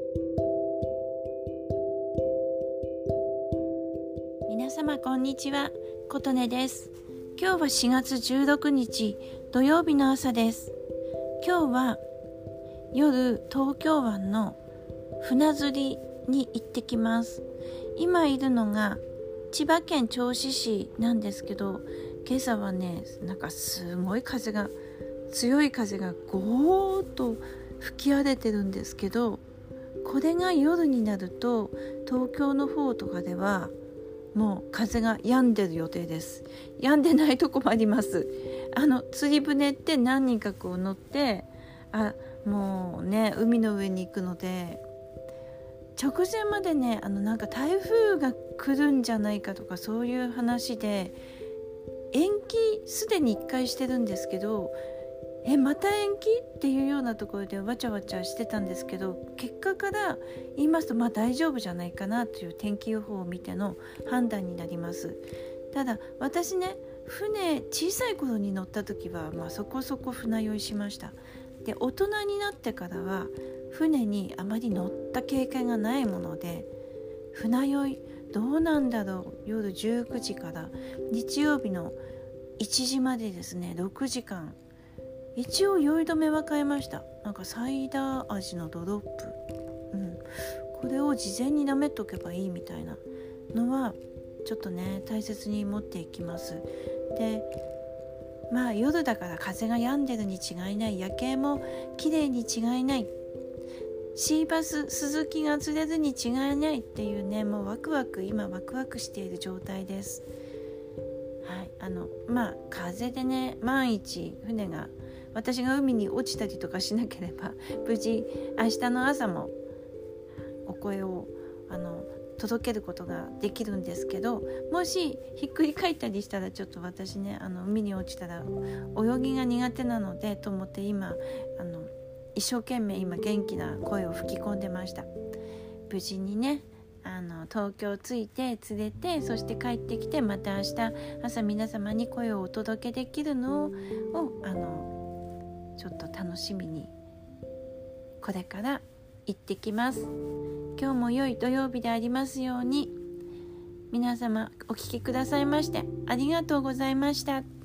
皆様こんにちは、琴音です。今日は4月16日土曜日の朝です。今日は夜東京湾の船釣りに行ってきます。今いるのが千葉県銚子市なんですけど、今朝はね、なんかすごい強い風がゴーッと吹き荒れてるんですけど、これが夜になると東京の方とかではもう風が止んでる予定です。止んでないとこもあります。釣り船って何人かこう乗ってもうね海の上に行くので、直前までねなんか台風が来るんじゃないかとかそういう話で延期すでに1回してるんですけど、また延期っていうようなところでわちゃわちゃしてたんですけど、結果から言いますと大丈夫じゃないかなという天気予報を見ての判断になります。ただ私ね、船小さい頃に乗った時はそこそこ船酔いしました。で、大人になってからは船にあまり乗った経験がないもので、船酔いどうなんだろう。夜19時から日曜日の1時までですね、6時間一応酔い止めは買いました。なんかサイダー味のドロップ、これを事前に舐めとけばいいみたいなのはちょっとね大切に持っていきます。で、夜だから風が止んでるに違いない、夜景も綺麗に違いない、シーバススズキが釣れるに違いないっていうね、もう今ワクワクしている状態です。はい、風でね万一船が私が海に落ちたりとかしなければ無事明日の朝もお声を届けることができるんですけど、もしひっくり返ったりしたらちょっと私ね海に落ちたら泳ぎが苦手なのでと思って今一生懸命今元気な声を吹き込んでました。無事にね東京着いて釣れて、そして帰ってきてまた明日朝皆様に声をお届けできるのをちょっと楽しみにこれから行ってきます。今日も良い土曜日でありますように。皆様お聞きくださいましてありがとうございました。